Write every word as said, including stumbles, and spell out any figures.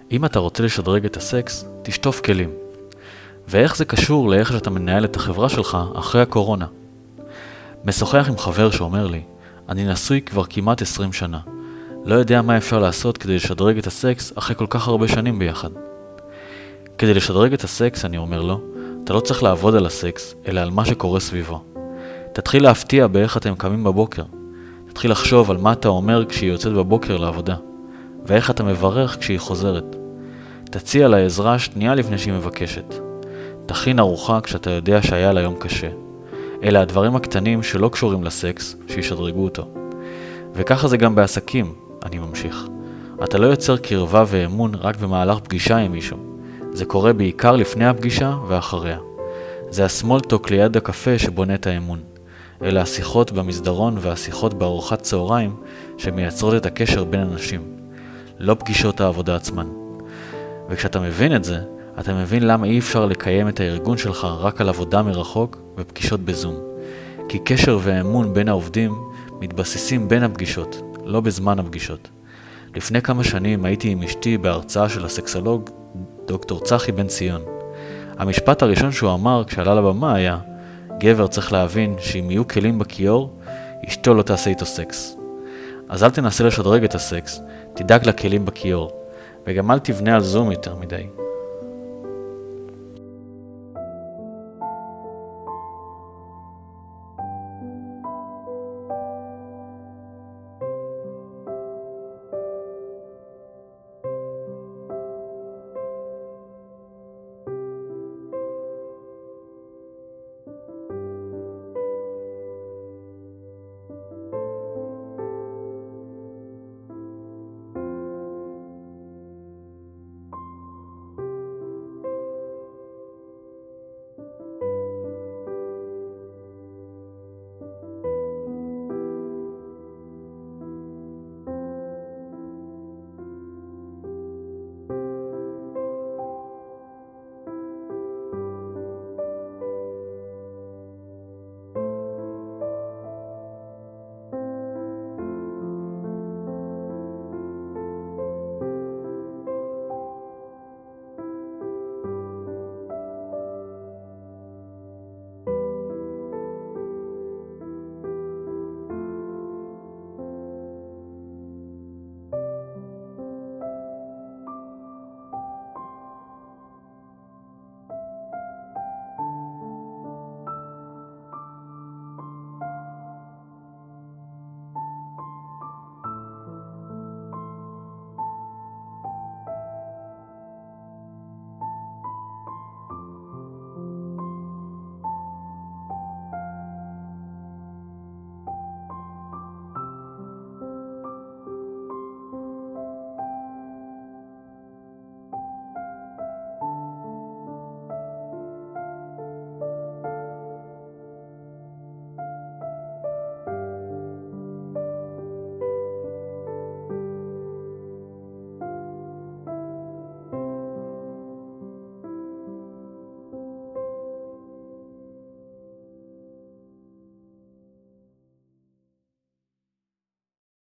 אם אתה רוצה לשדרג את הסקס, תשטוף כלים. ואיך זה קשור לאיך שאתה מנהל את החברה שלך אחרי הקורונה? משוחח עם חבר שאומר לי, אני נשוי כבר כמעט עשרים שנה. לא יודע מה אפשר לעשות כדי לשדרג את הסקס אחרי כל כך הרבה שנים ביחד. כדי לשדרג את הסקס, אני אומר לו, אתה לא צריך לעבוד על הסקס, אלא על מה שקורה סביבו. תתחיל להפתיע באיך אתם קמים בבוקר. תתחיל לחשוב על מה אתה אומר כשהיא יוצאת בבוקר לעבודה, ואיך אתה מברך כשהיא חוזרת. תציע לה עזרה שנייה לפני שהיא מבקשת. תכין ארוחה כשאתה יודע שהיה לה יום קשה. אלה הדברים הקטנים שלא קשורים לסקס, שישדרגו אותו. וככה זה גם בעסקים, אני ממשיך. אתה לא יוצר קרבה ואמון רק במהלך פגישה עם מישהו. זה קורה בעיקר לפני הפגישה ואחריה. זה הסמולטוק ליד הקפה שבונה את האמון. אלה השיחות במסדרון והשיחות בארוחת צהריים שמייצרות את הקשר בין אנשים. לא פגישות העבודה עצמן. וכשאתה מבין את זה, אתה מבין למה אי אפשר לקיים את הארגון שלך רק על עבודה מרחוק ופגישות בזום. כי קשר ואמון בין העובדים מתבססים בין הפגישות, לא בזמן הפגישות. לפני כמה שנים הייתי עם אשתי בהרצאה של הסקסולוג דוקטור צחי בן ציון. המשפט הראשון שהוא אמר כשעלה לבמה היה, גבר צריך להבין שאם יהיו כלים בכיור, אשתו לא תעשה איתו סקס. אז אל תנסה לשדרג את הסקס, תדאג לכלים בכיור, וגם אל תבנה על זום יותר מדי.